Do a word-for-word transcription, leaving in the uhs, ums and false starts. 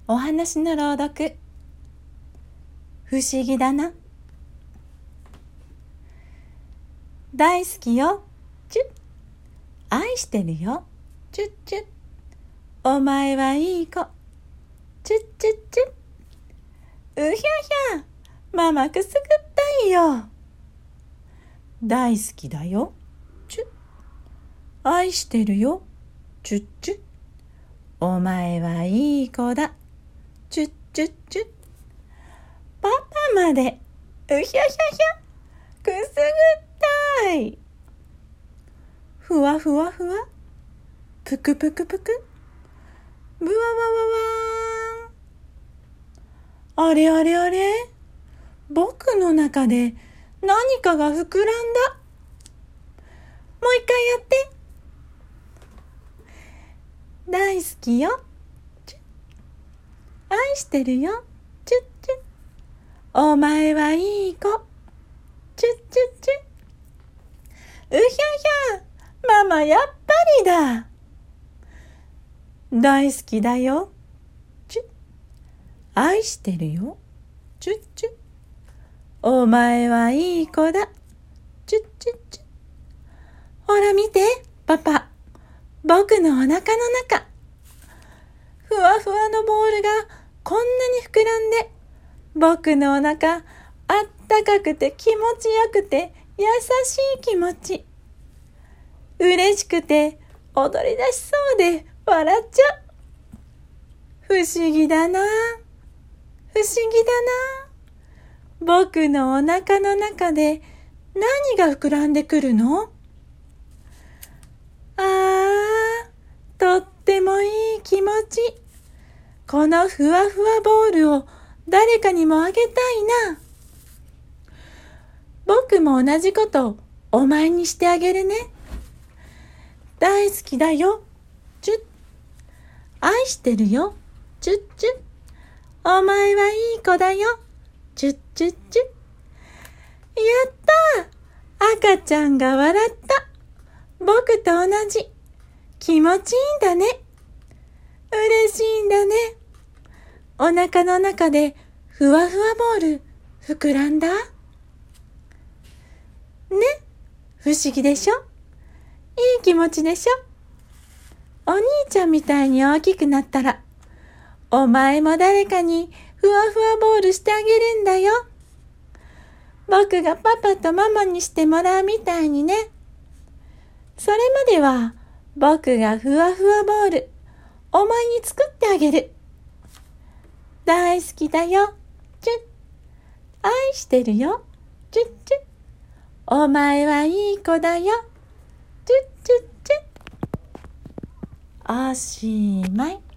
お話の朗読。不思議だな。大好きよ。チュッ。愛してるよ。チュッチュッ。お前はいい子。チュッチュッチュッ。うひゃひゃ。ママくすぐったいよ。大好きだよ。チュッ。愛してるよ。チュッチュッ。お前はいい子だ。チュッチュッチュッ。パパまで。うひゃひゃひゃ。くすぐったい。ふわふわふわ。ぷくぷくぷく。ぶわわわわーん。あれあれあれ。僕の中で何かが膨らんだ。もう一回やって。大好きよ。チュッ。愛してるよ。チュッチュッ。お前はいい子。チュッチュッチュッ。うひゃひゃ。ママやっぱりだ。大好きだよ。チュッ。愛してるよ。チュッチュッ。お前はいい子だ。チュッチュッチュッ。ほら見て、パパ。僕のお腹の中。ふわふわのボールがこんなに膨らんで、僕のお腹、あったかくて気持ちよくて優しい気持ち。嬉しくて踊り出しそうで笑っちゃう。不思議だな。不思議だな。僕のお腹の中で何が膨らんでくるの？ああ、とってもいい気持ち。このふわふわボールを誰かにもあげたいな。僕も同じことお前にしてあげるね。大好きだよ。チュッ。愛してるよ。チュッチュッ。お前はいい子だよ。チュッチュッチュッ。やったー。赤ちゃんが笑った。僕と同じ。気持ちいいんだね。嬉しいんだね。お腹の中でふわふわボール膨らんだ。ね、不思議でしょ。いい気持ちでしょ。お兄ちゃんみたいに大きくなったら、お前も誰かにふわふわボールしてあげるんだよ。僕がパパとママにしてもらうみたいにね。それまでは僕がふわふわボール、お前に作ってあげる。大好きだよ。チュッ。愛してるよ。チュッチュッ。お前はいい子だよ。チュッチュッチュッ。おしまい。